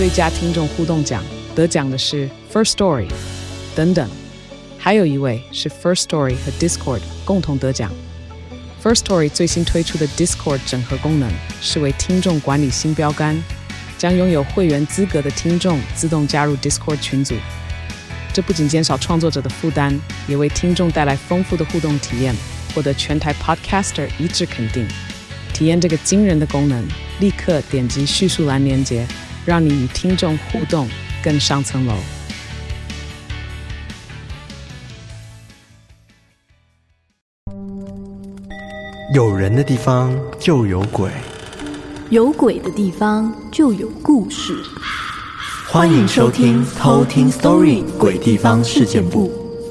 最佳听众互动奖，得奖的是 First Story 等等，还有一位是 First Story 和 Discord 共同得奖。First Story 最新推出的 Discord 整合功能是为听众管理新标杆，将拥有会员资格的听众自动加入 Discord 群组。这不仅减少创作者的负担，也为听众带来丰富的互动体验，获得全台 Podcaster 一致肯定。体验这个惊人的功能，立刻点击叙述栏连结，让你与听众互动更上层楼。 有人的地方就有鬼， 有鬼的地方就有故事。 欢迎收听偷听 Story 鬼地方事件部。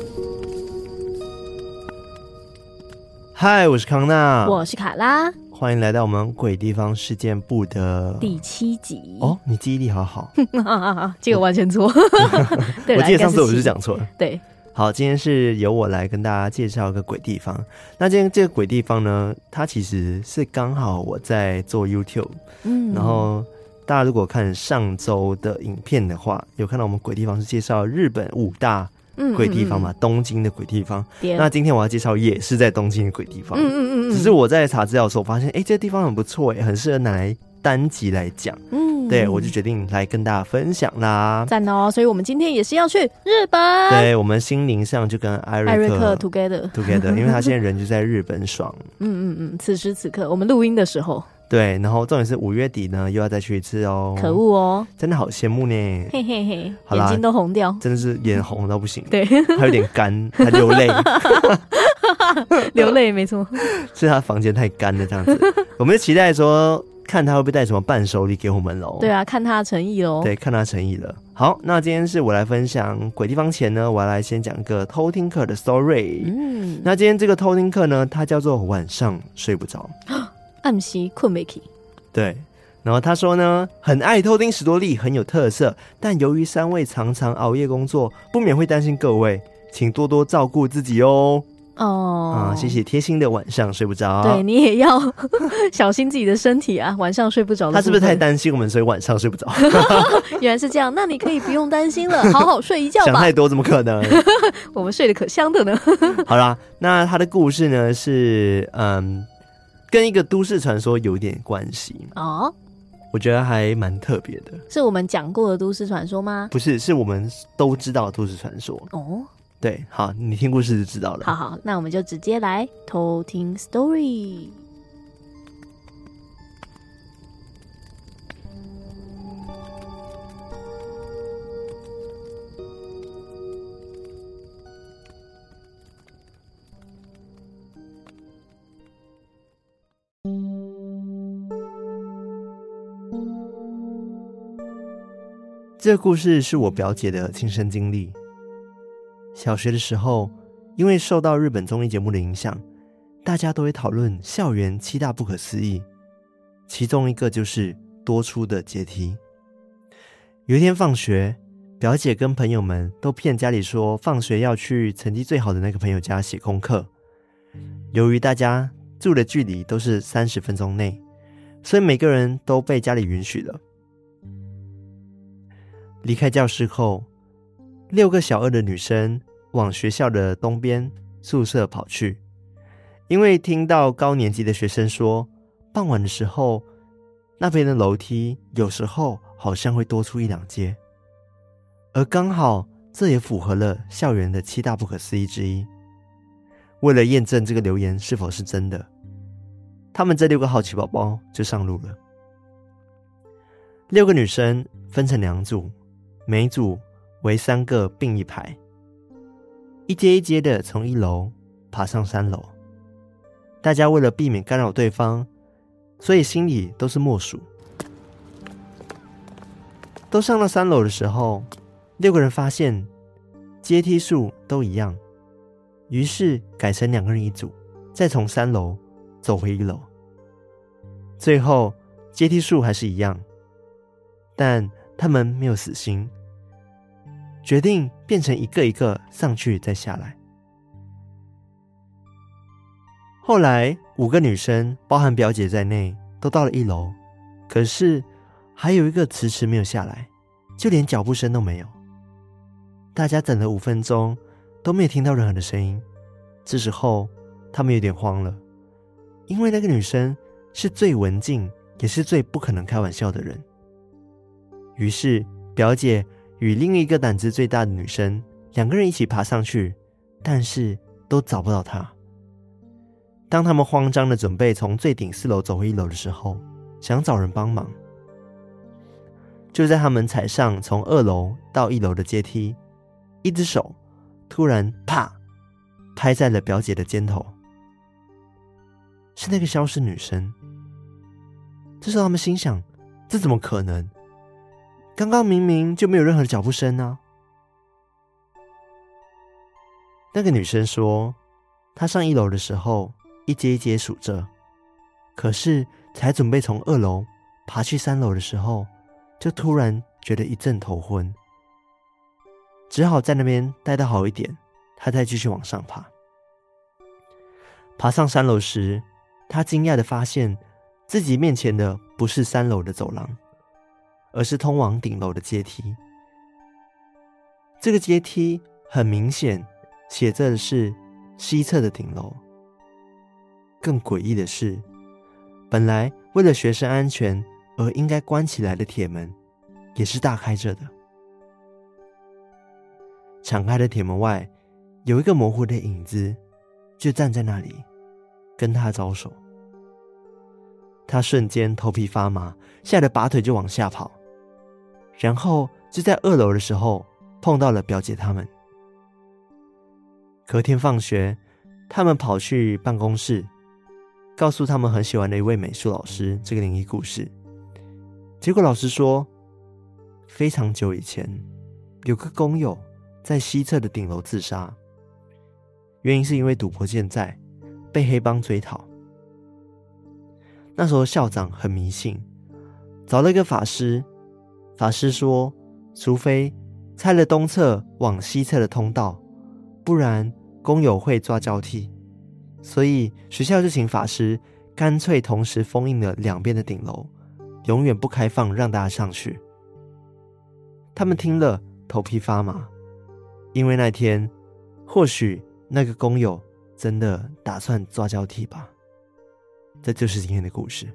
嗨，我是康纳， 我是卡拉， 欢迎来到我们鬼地方事件部的第7集。 哦，你记忆力好好。 这个完全错。对， 我记得上次我是讲错了。 对， 好，今天是由我来跟大家介绍一个鬼地方。那今天这个鬼地方呢，它其实是刚好我在做 YouTube，然后大家如果看上周的影片的话，有看到我们鬼地方是介绍日本5大鬼地方嘛，东京的鬼地方。那今天我要介绍也是在东京的鬼地方。只是我在查资料的时候发现，这个地方很不错，很适合拿来单集来讲。对，我就决定来跟大家分享啦。 赞哦！所以我们今天也是要去日本。 对，我们心灵上就跟艾瑞克 together， 因为他现在人就在日本爽。 此时此刻我们录音的时候。 对，然后重点是5月底呢又要再去一次哦。 可恶哦， 真的好羡慕呢。 嘿嘿嘿，眼睛都红掉， 真的是眼红到不行。 对， 还有点干，还流泪。 流泪没错， 是他房间太干了这样子。我们就期待说看他会不会带什么伴手礼给我们咯。 对啊，看他的诚意咯。 对，看他诚意了。好，那今天是我来分享鬼地方前呢，我要来先讲一个偷听客的 story。那今天这个偷听客呢，他叫做晚上睡不着。 暗时困不起。 对，然后他说呢，很爱偷听史多利，很有特色，但由于3位常常熬夜工作，不免会担心各位，请多多照顾自己哦。谢谢贴心的晚上睡不着。 对，你也要小心自己的身体啊，晚上睡不着的。 他是不是太担心我们，所以晚上睡不着？ 原来是这样，那你可以不用担心了，好好睡一觉吧。 想太多怎么可能？ 我们睡得可香的呢。 好啦，那他的故事呢是跟一个都市传说有点关系哦，我觉得还蛮特别的。 是我们讲过的都市传说吗？ 不是，是我们都知道的都市传说哦。对，好，你听故事就知道了。 好，那我们就直接来偷听 story。 这个故事是我表姐的亲身经历。小学的时候，因为受到日本综艺节目的影响，大家都会讨论校园7大不可思议，其中一个就是多出的阶梯。有一天放学，表姐跟朋友们都骗家里说放学要去成绩最好的那个朋友家写功课。由于大家住的距离都是30分钟内，所以每个人都被家里允许了。离开教室后，6个小2的女生往学校的东边宿舍跑去，因为听到高年级的学生说，傍晚的时候那边的楼梯有时候好像会多出1、2阶，而刚好这也符合了校园的7大不可思议之一。为了验证这个留言是否是真的，他们这6个好奇宝宝就上路了。6个女生分成2组，每组为3个并一排，一阶一阶的从1楼爬上3楼。大家为了避免干扰对方，所以心里都是默数。都上到3楼的时候，6个人发现阶梯数都一样，于是改成2个人一组，再从3楼走回1楼。最后阶梯数还是一样，但他们没有死心，决定变成一个一个上去再下来。后来5个女生包含表姐在内都到了1楼，可是还有一个迟迟没有下来， 就连脚步声都没有。大家等了5分钟都没有听到任何的声音。这时候他们有点慌了，因为那个女生是最文静也是最不可能开玩笑的人。于是表姐与另一个胆子最大的女生2个人一起爬上去，但是都找不到她。当他们慌张的准备从最顶4楼走回1楼的时候，想找人帮忙。就在他们踩上从2楼到1楼的阶梯，一只手突然啪拍在了表姐的肩头，是那个消失女生。这时候他们心想，这怎么可能？刚刚明明就没有任何的脚步声啊。那个女生说，她上1楼的时候一阶一阶数着，可是才准备从2楼爬去3楼的时候，就突然觉得一阵头昏，只好在那边待得好一点，她再继续往上爬。爬上3楼时，她惊讶地发现自己面前的不是3楼的走廊，而是通往顶楼的阶梯。这个阶梯很明显写着的是西侧的顶楼。更诡异的是，本来为了学生安全而应该关起来的铁门也是大开着的。敞开的铁门外有一个模糊的影子，就站在那里跟他招手。他瞬间头皮发麻，吓得拔腿就往下跑，然后就在2楼的时候碰到了表姐他们。隔天放学，他们跑去办公室，告诉他们很喜欢的一位美术老师这个灵异故事。结果老师说，非常久以前有个工友在西侧的顶楼自杀，原因是因为赌博欠债被黑帮追讨。那时候校长很迷信，找了一个法师，法师说除非拆了东侧往西侧的通道，不然工友会抓交替，所以学校就请法师干脆同时封印了2边的顶楼，永远不开放让大家上去。他们听了头皮发麻，因为那天或许那个工友真的打算抓交替吧。这就是今天的故事。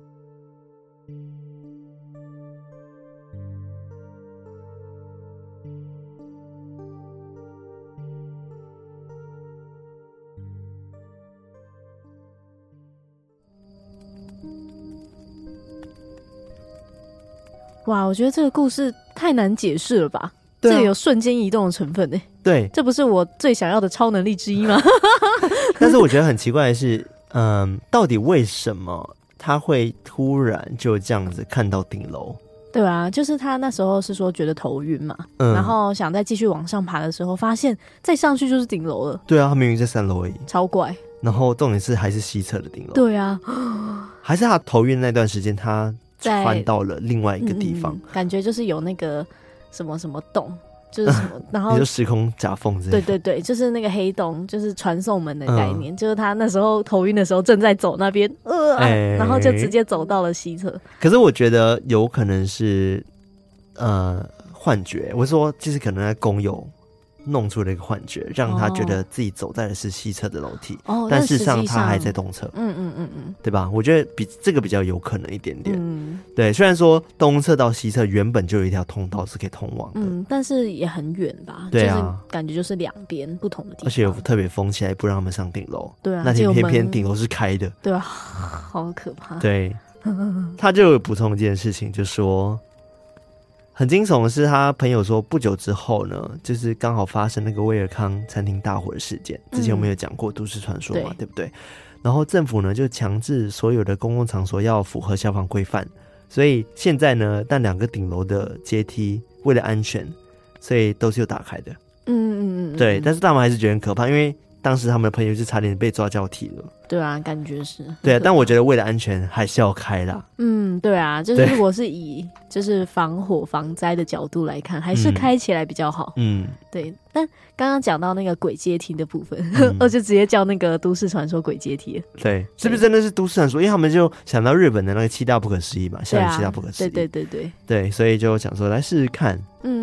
哇，我觉得这个故事太难解释了吧？ 对啊， 这里有瞬间移动的成分耶。 对， 这不是我最想要的超能力之一吗？ 但是我觉得很奇怪的是，到底为什么他会突然就这样子看到顶楼？ 对啊，就是他那时候是说觉得头晕嘛，然后想再继续往上爬的时候，发现再上去就是顶楼了。 对啊，他明明在3楼而已， 超怪。 然后重点是还是西侧的顶楼。 对啊， 还是他头晕那段时间他穿到了另外一个地方， 感觉就是有那个什么什么洞，就是什么，然后你说时空夹缝之类的。 对对对，就是那个黑洞，就是传送门的概念，就是他那时候头晕的时候正在走那边，然后就直接走到了西侧。 可是我觉得有可能是幻觉，我说就是可能在工友弄出了一个幻觉，让他觉得自己走在的是西侧的楼梯，但事实上他还在东侧。对吧？我觉得比这个比较有可能一点点。对，虽然说东侧到西侧原本就有一条通道是可以通往的， 但是也很远吧？ 对啊， 就是感觉就是2边不同的地方， 而且有特别封起来不让他们上顶楼。 对啊， 那天偏偏顶楼是开的。 对啊，好可怕。 对，他就有补充一件事情，就说很惊悚的是，他朋友说不久之后呢，就是刚好发生那个威尔康餐厅大火的事件。之前我们有讲过都市传说嘛，对不对？然后政府呢就强制所有的公共场所要符合消防规范，所以现在呢，那2个顶楼的阶梯为了安全，所以都是有打开的。对，但是他们还是觉得很可怕，因为当时他们的朋友就差点被抓交替了。 对啊，感觉是。 对啊，但我觉得为了安全还是要开啦。 对啊，就是如果是以就是防火防灾的角度来看，还是开起来比较好。对。但刚刚讲到那个鬼阶梯的部分，我就直接叫那个都市传说鬼阶梯了。 对，是不是真的是都市传说？因为他们就想到日本的那个7大不可思议嘛，校园7大不可思议。 对。 对，所以就想说来试试看。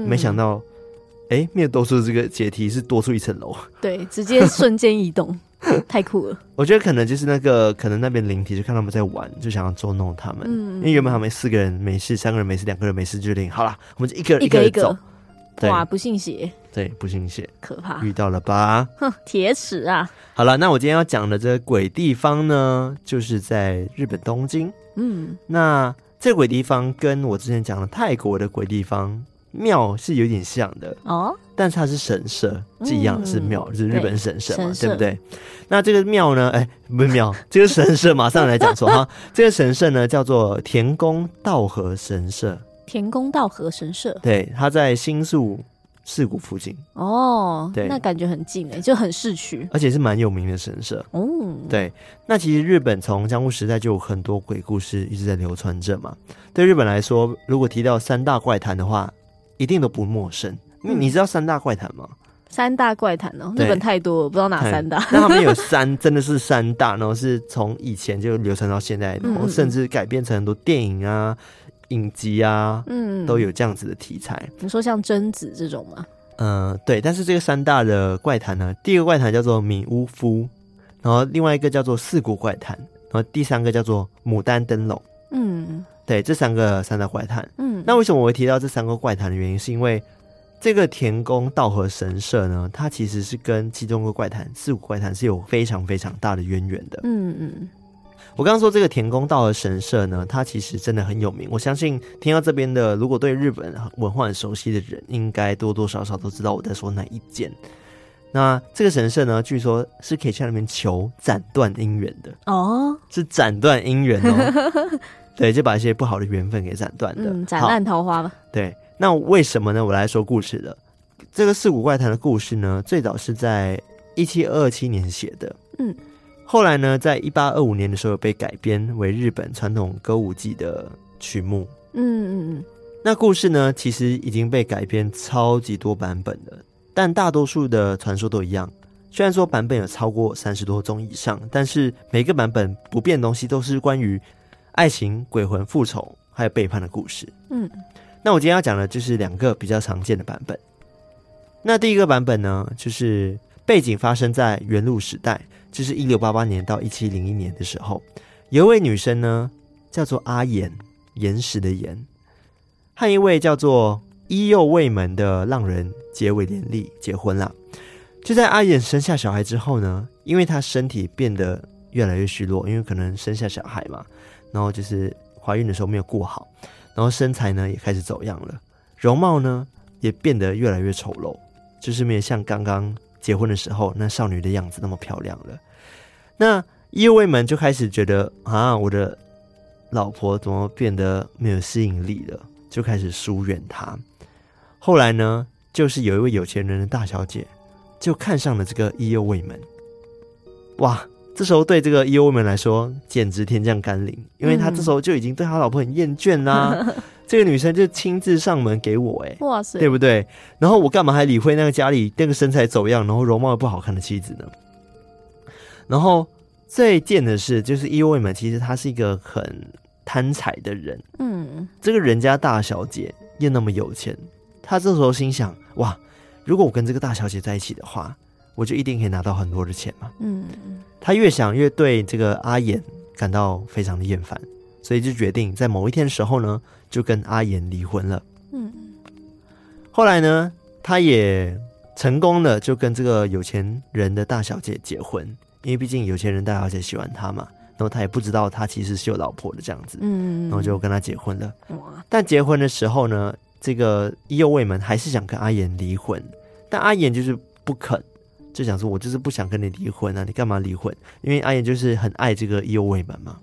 没想到没有多出这个阶梯，是多出一层楼。 对，直接瞬间移动。太酷了。 我觉得可能就是可能那边灵体就看他们在玩，就想要捉弄他们。因为原本他们4个人没事，3个人没事，2个人没事，就决定好啦，我们就一个一个走。 哇，不信邪。 对，不信邪， 可怕。 遇到了吧？ 哼，铁齿啊！ 好了，那我今天要讲的这个鬼地方呢，就是在日本东京。那这个鬼地方跟我之前讲的泰国的鬼地方庙是有点像的哦，但是它是神社，是一样是庙，就是日本神社嘛，对不对？那这个庙呢，不是庙，这个神社马上来讲说哈，这个神社呢叫做田宫道和神社。 田宫道和神社， 对，它在新宿市谷附近哦，对，那感觉很近就很市区， 而且是蛮有名的神社哦。对，那其实日本从江户时代就有很多鬼故事一直在流传着嘛。对日本来说，如果提到3大怪谈的话，一定都不陌生。你知道3大怪谈吗 ？3大怪谈哦，日本太多了，不知道哪3大。 那他们有真的是3大，然后是从以前就流传到现在，然后甚至改编成很多电影啊、影集啊，都有这样子的题材。 你说像贞子这种吗？ 对。但是这个3大的怪谈呢，第一个怪谈叫做米屋夫，然后另外一个叫做四谷怪谈，然后第3个叫做牡丹灯笼。对，这3大怪谈。那为什么我会提到这3个怪谈的原因，是因为这个田宫道和神社呢，它其实是跟其中一个怪谈四谷怪谈是有非常非常大的渊源的。我刚刚说这个田宫道和神社呢，它其实真的很有名。我相信听到这边的，如果对日本文化很熟悉的人，应该多多少少都知道我在说哪一件。那这个神社呢，据说是可以去那边求斩断姻缘的哦，是斩断姻缘哦。对，就把一些不好的缘分给斩断的， 斩烂桃花吧。 对，那为什么呢？我来说故事了。这个四谷怪谈的故事呢，最早是在1727年写的。后来呢，在1825年的时候被改编为日本传统歌舞伎的曲目。那故事呢，其实已经被改编超级多版本了，但大多数的传说都一样。虽然说版本有超过30多种以上，但是每个版本不变的东西都是关于爱情、鬼魂、复仇还有背叛的故事。那我今天要讲的就是2个比较常见的版本。那第一个版本呢，就是背景发生在元禄时代，就是1688年到1701年的时候，有一位女生呢叫做阿岩，岩石的岩，和一位叫做伊右卫门的浪人结为连理，结婚了。就在阿岩生下小孩之后呢，因为她身体变得越来越虚弱，因为可能生下小孩嘛，然后就是怀孕的时候没有顾好，然后身材呢也开始走样了，容貌呢也变得越来越丑陋，就是没有像刚刚结婚的时候那少女的样子那么漂亮了。那伊右卫门就开始觉得我的老婆怎么变得没有吸引力了，就开始疏远她。后来呢，就是有一位有钱人的大小姐就看上了这个伊右卫门。哇，这时候对这个伊右卫门来说简直天降甘霖，因为他这时候就已经对他老婆很厌倦啦。这个女生就亲自上门给我，哇塞，对不对？然后我干嘛还理会那个家里那个身材走样，然后容貌又不好看的妻子呢？然后最贱的是，就是伊右卫门其实他是一个很贪财的人。这个人家大小姐又那么有钱，他这时候心想，哇，如果我跟这个大小姐在一起的话，我就一定可以拿到很多的钱嘛。他越想越对这个阿岩感到非常的厌烦，所以就决定在某一天的时候呢，就跟阿岩离婚了。后来呢，他也成功的就跟这个有钱人的大小姐结婚，因为毕竟有钱人大小姐喜欢他嘛，然后他也不知道他其实是有老婆的这样子，然后就跟他结婚了。但结婚的时候呢，这个伊右卫门还是想跟阿岩离婚，但阿岩就是不肯，就想说我就是不想跟你离婚啊，你干嘛离婚？因为阿岩就是很爱这个伊右卫门嘛。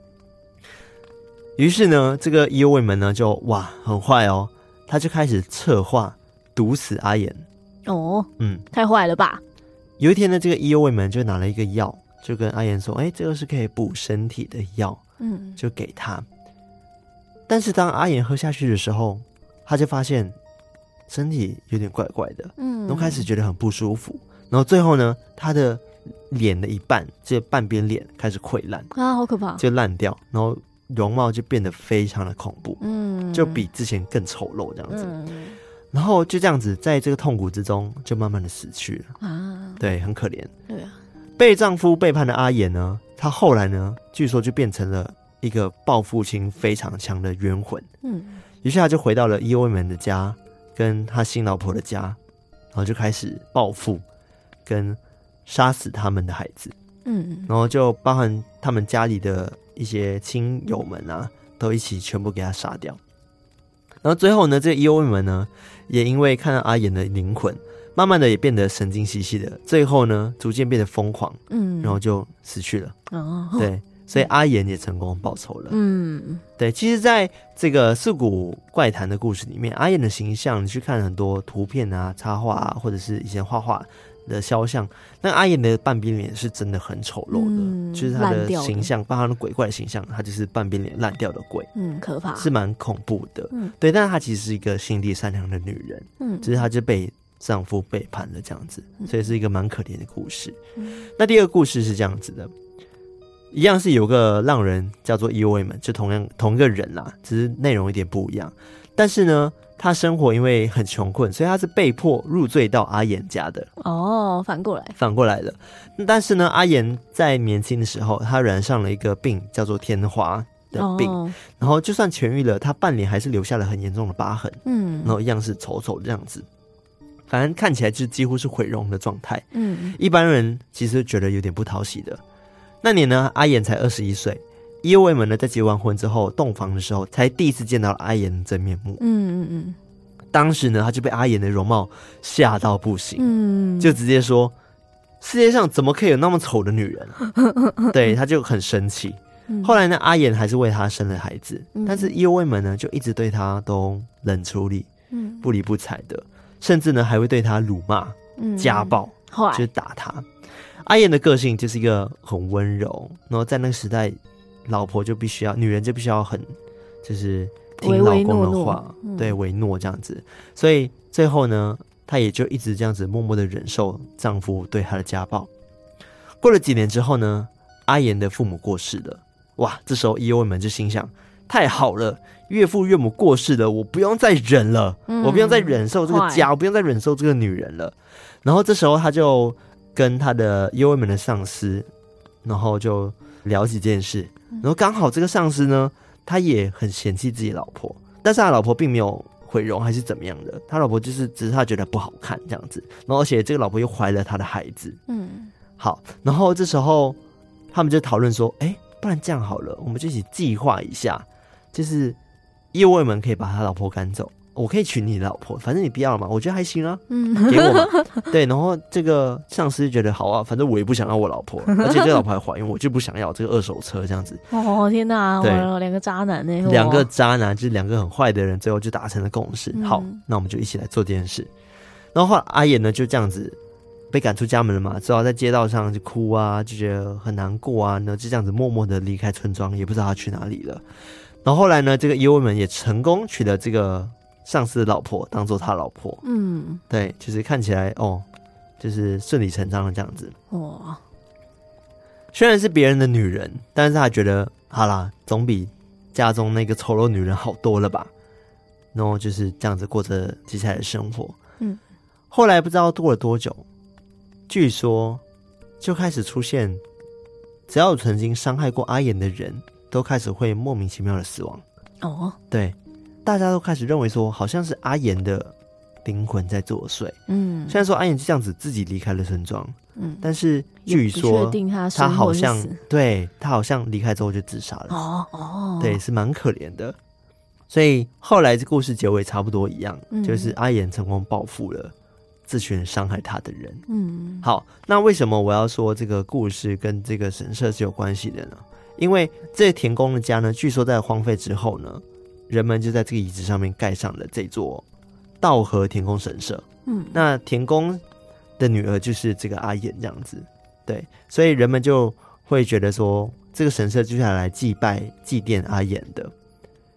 于是呢，这个伊右卫门呢就很坏哦，他就开始策划毒死阿岩。太坏了吧。有一天呢，这个伊右卫门就拿了一个药，就跟阿岩说，这个是可以补身体的药，就给他。但是当阿岩喝下去的时候，他就发现身体有点怪怪的，然后开始觉得很不舒服，然后最后呢，他的脸的一半，这半边脸开始溃烂啊，好可怕， 就烂掉，然后容貌就变得非常的恐怖，就比之前更丑陋这样子。 然后就这样子在这个痛苦之中就慢慢的死去了啊， 对，很可怜。 对啊， 被丈夫背叛的阿妍呢，她后来呢据说就变成了一个报复心非常强的冤魂。于是他就回到了伊欧们的家跟他新老婆的家，然后就开始报复跟杀死他们的孩子。然后就包含他们家里的一些亲友们啊，都一起全部给他杀掉。然后最后呢，这个伊欧们呢也因为看到阿妍的灵魂慢慢的也变得神经兮兮的，最后呢逐渐变得疯狂，然后就死去了。对，所以阿妍也成功报仇了。对，其实在这个四谷怪谈的故事里面，阿妍的形象你去看很多图片啊插画啊，或者是以前画画的肖像，那阿妍的半边脸是真的很丑陋的，就是她的形象包括她的鬼怪的形象，她就是半边脸烂掉的鬼， 可怕， 是蛮恐怖的。对，但是她其实是一个心地善良的女人，只是她就被丈夫背叛了这样子，所以是一个蛮可怜的故事。那第二个故事是这样子的，一样是有个浪人叫做伊欧们，就同一个人啦，只是内容有点不一样。但是呢，他生活因为很穷困，所以他是被迫入赘到阿妍家的。 反过来了。但是呢，阿妍在年轻的时候，他染上了一个病，叫做天花的病。然后就算痊愈了，他半脸还是留下了很严重的疤痕。然后一样是丑丑的这样子。反正看起来就几乎是毁容的状态。一般人其实觉得有点不讨喜的。那年呢，阿妍才21岁，伊欧们呢在结完婚之后洞房的时候，才第一次见到了阿妍的真面目。当时呢，他就被阿妍的容貌吓到不行，就直接说世界上怎么可以有那么丑的女人？对，他就很生气。后来呢，阿妍还是为他生了孩子，但是伊欧们呢就一直对他都冷处理，不理不睬的，甚至呢还会对他辱骂、家暴，就是打他。阿妍的个性就是一个很温柔，然后在那个时代，女人就必须要很就是听老公的话，对，唯诺这样子。所以最后呢，她也就一直这样子默默的忍受丈夫对她的家暴。过了几年之后呢，阿妍的父母过世了。哇，这时候伊欧们就心想：太好了，岳父岳母过世了，我不用再忍了，我不用再忍受这个家，我不用再忍受这个女人了。然后这时候他就跟他的伊欧们的上司，然后就聊起这件事。然后刚好这个上司呢，他也很嫌弃自己老婆，但是他老婆并没有毁容还是怎么样的，他老婆只是他觉得不好看这样子。然后而且这个老婆又怀了他的孩子。好，然后这时候他们就讨论说，不然这样好了，我们就一起计划一下，就是伊欧们可以把他老婆赶走，我可以娶你的老婆，反正你不要了嘛，我觉得还行啊，给我嘛。对，然后这个上司就觉得好啊，反正我也不想要我老婆，而且这个老婆还怀孕，我就不想要这个二手车这样子。 天哪，两个渣男呢， 两个渣男就是两个很坏的人，最后就达成了共识。好，那我们就一起来做这件事。然后后来阿妍呢就这样子被赶出家门了嘛，只好在街道上就哭啊，就觉得很难过啊，就这样子默默的离开村庄，也不知道他去哪里了。然后后来呢，这个伊欧们也成功娶了这个上司的老婆当做他老婆。对，就是看起来就是顺理成章的这样子。虽然是别人的女人，但是他觉得好啦，总比家中那个丑陋女人好多了吧。然后就是这样子过着接下来的生活。后来不知道过了多久，据说就开始出现，只要有曾经伤害过阿妍的人都开始会莫名其妙的死亡。对，大家都开始认为说好像是阿妍的灵魂在作祟。虽然说阿妍就这样子自己离开了村庄，但是据说他好像对他好像离开之后就自杀了。对，是蛮可怜的。所以后来这故事结尾差不多一样，就是阿妍成功报复了这群伤害他的人。好，那为什么我要说这个故事跟这个神社是有关系的呢？因为这田宫的家呢，据说在荒废之后呢，人们就在这个遗址上面盖上了这座稻荷田宫神社。那田宫的女儿就是这个阿妍这样子。对，所以人们就会觉得说这个神社就是来祭拜祭奠阿妍的。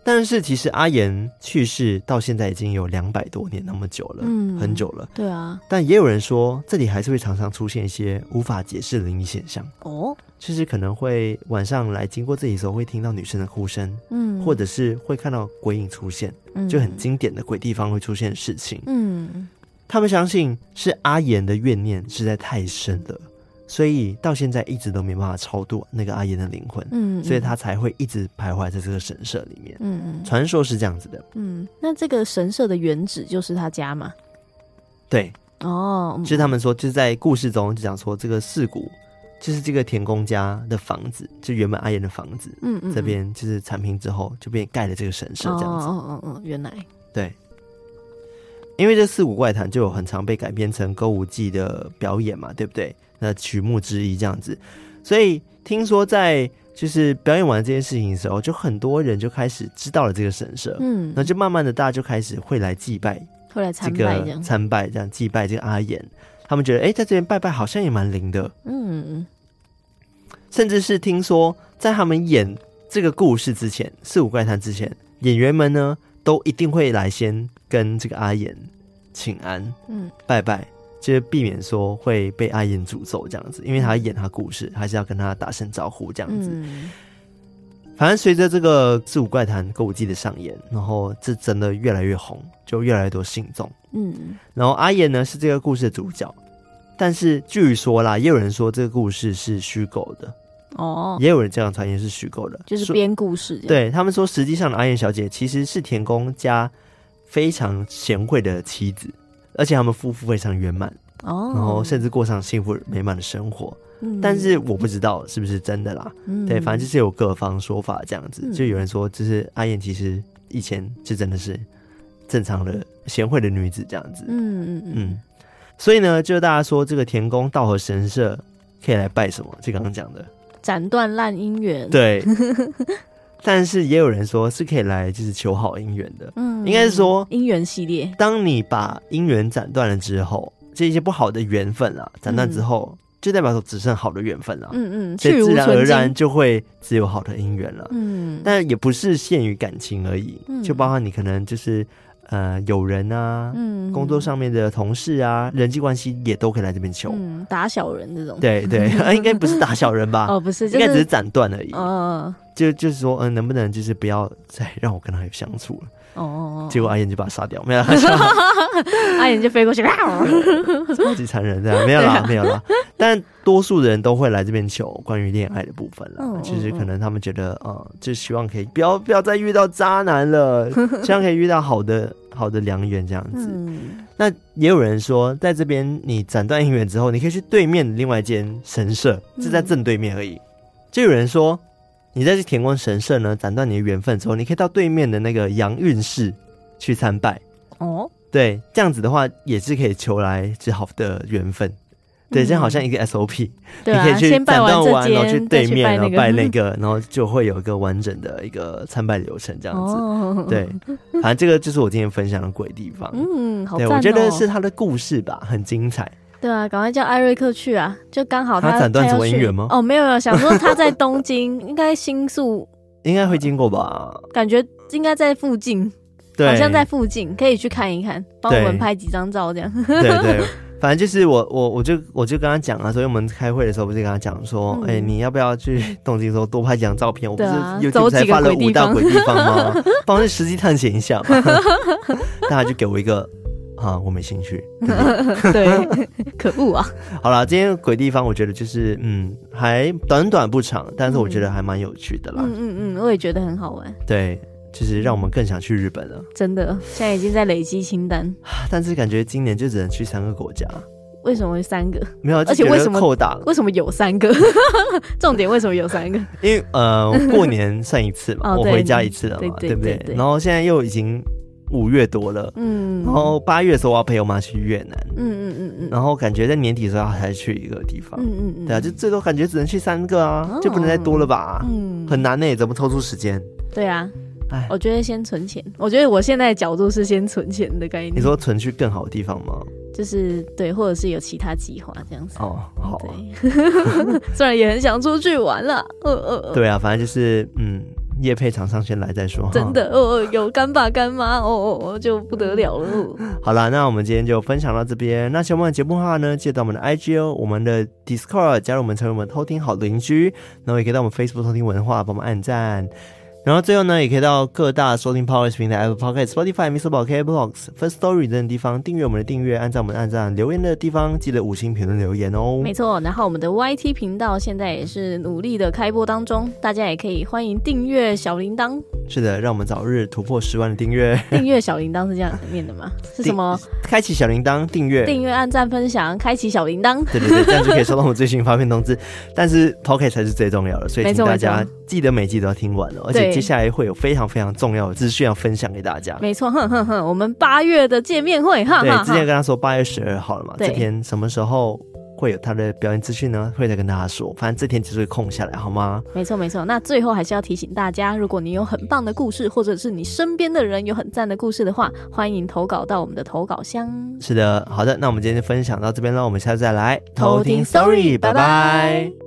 但是其实阿言去世到现在已经有200多年那么久了，很久了。 对啊。 但也有人说，这里还是会常常出现一些无法解释的灵异现象。就是可能会晚上来经过这里的时候，会听到女生的哭声，或者是会看到鬼影出现，就很经典的鬼地方会出现的事情。他们相信是阿言的怨念实在太深了。所以到现在一直都没办法超度那个阿言的灵魂，所以他才会一直徘徊在这个神社里面。传说是这样子的。 那这个神社的原址就是他家吗？ 对，就是他们说，就是在故事中就讲说，这个四谷就是这个田公家的房子，就原本阿言的房子，这边就是铲平之后就变盖了这个神社这样子。 原来对。因为这四谷怪谈就有很常被改编成歌舞伎的表演嘛，对不对？那曲目之一这样子，所以听说在就是表演完这件事情的时候，就很多人就开始知道了这个神社，那就慢慢的大家就开始会来祭拜， 会来参拜这样， 这样祭拜这个阿言，他们觉得在这边拜拜好像也蛮灵的，甚至是听说在他们演这个故事之前，四谷怪谈之前，演员们呢都一定会来先跟这个阿言请安，拜拜。就是避免说会被阿言诅咒这样子，因为他要演他故事，还是要跟他打声招呼这样子。反正随着这个四谷怪谈歌舞伎的上演，然后这真的越来越红，就越来越多信众。然后阿言呢是这个故事的主角，但是据说啦，也有人说这个故事是虚构的。也有人这样传言是虚构的， 就是编故事。 对，他们说实际上的阿言小姐其实是田公家非常贤惠的妻子。而且他们夫妇非常圆满，然后甚至过上幸福美满的生活。但是我不知道是不是真的啦。对，反正就是有各方说法这样子。就有人说，就是阿言其实以前就真的是正常的贤惠的女子这样子。所以呢，就大家说这个田宫道和神社可以来拜什么？就刚刚讲的斩断烂姻缘。 对。但是也有人说是可以来就是求好姻缘的，应该是说姻缘系列。当你把姻缘斩断了之后，这一些不好的缘分啊，斩断之后，就代表说只剩好的缘分了。所以自然而然就会只有好的姻缘了。但也不是限于感情而已，就包括你可能就是友人啊，工作上面的同事啊，人际关系也都可以来这边求。 打小人这种。 对对，应该不是打小人吧？ 不是， 应该只是斩断而已。就是说，能不能就是不要再让我跟他有相处了？结果阿言就把他杀掉，没有阿言就飞过去， 超级残忍，这样没有啦，没有啦。但多数的人都会来这边求关于恋爱的部分啦，就是可能他们觉得，就希望可以不要再遇到渣男了，希望可以遇到好的良缘这样子。那也有人说，在这边你斩断姻缘之后，你可以去对面的另外一间神社，是在正对面而已。就有人说，你在这田宫神社呢斩断你的缘分之后，你可以到对面的那个阳运寺去参拜。对，这样子的话也是可以求来之好的缘分。对，这样好像一个 SOP，你可以去斩断完，然后去对面，然后拜那个，然后就会有一个完整的一个参拜流程，这样子。对，反正这个就是我今天分享的鬼地方。 好赞哦！ 对，我觉得是他的故事吧，很精彩。 对啊，赶快叫艾瑞克去啊！就刚好他斩断什么姻缘吗？ 没有，想说他在东京，应该新宿应该会经过吧？ 感觉应该在附近，好像在附近，可以去看一看，帮我们拍几张照这样。 对对，反正就是我就跟他讲啊，所以我们开会的时候不是跟他讲说，你要不要去东京的时候多拍几张照片？我不是YouTube才发了5大鬼地方吗？帮我实际探险一下嘛。大家就给我一个。我没兴趣。 对，可恶啊！ 好啦，今天鬼地方我觉得就是还短不长，但是我觉得还蛮有趣的啦。 我也觉得很好玩。 对，就是让我们更想去日本了。 真的，现在已经在累积清单。 但是感觉今年就只能去3个国家。 为什么会3个？ 没有，而且为什么扣打？ 为什么有3个？重点为什么有3个？ 因为过年算一次嘛，我回家一次了嘛，对不对？然后现在又已经5月多了，然后8月的时候我要陪我妈去越南，然后感觉在年底的时候还去一个地方，对啊，就最多感觉只能去3个啊，就不能再多了吧？很难呢，怎么抽出时间？ 对啊，我觉得先存钱，我觉得我现在的角度是先存钱的概念。 你说存去更好的地方吗？ 就是对，或者是有其他计划这样子。 好对，虽然也很想出去玩了， 对啊，反正就是业配厂商先来再说， 真的有干爸干妈就不得了了。 好啦，那我们今天就分享到这边。那喜欢我们的节目的话呢，记得到我们的 IG 哦，我们的 Discord 加入我们，成为我们偷听好邻居，然后也可以到我们 Facebook 偷听文化帮我们按赞。然后最后呢，也可以到各大收听 Podcast 平台 Apple Podcast、Spotify、Mixerbox、KBox、Firstory 等等地方订阅我们的订阅，按照我们按赞，留言的地方记得5星评论留言哦。 没错，然后我们的 YT 频道现在也是努力的开播当中，大家也可以欢迎订阅小铃铛。 是的，让我们早日突破10万的订阅。 订阅小铃铛是这样念的吗？是什么？ 开启小铃铛，订阅、 按赞、分享，开启小铃铛。 对对对，这样就可以收到我们最新发片通知。但是 Podcast 才是最重要的，所以请大家记得每集都要听完哦。而且接下来会有非常非常重要的资讯要分享给大家。 没错，我们8月的见面会， 对，之前跟他说8月12号了嘛，这天什么时候会有他的表演资讯呢？会再跟大家说，反正这天就是会空下来，好吗？ 没错没错。那最后还是要提醒大家，如果你有很棒的故事，或者是你身边的人有很赞的故事的话，欢迎投稿到我们的投稿箱。 是的，好的，那我们今天就分享到这边了，我们下次再来偷听 Story， 拜拜。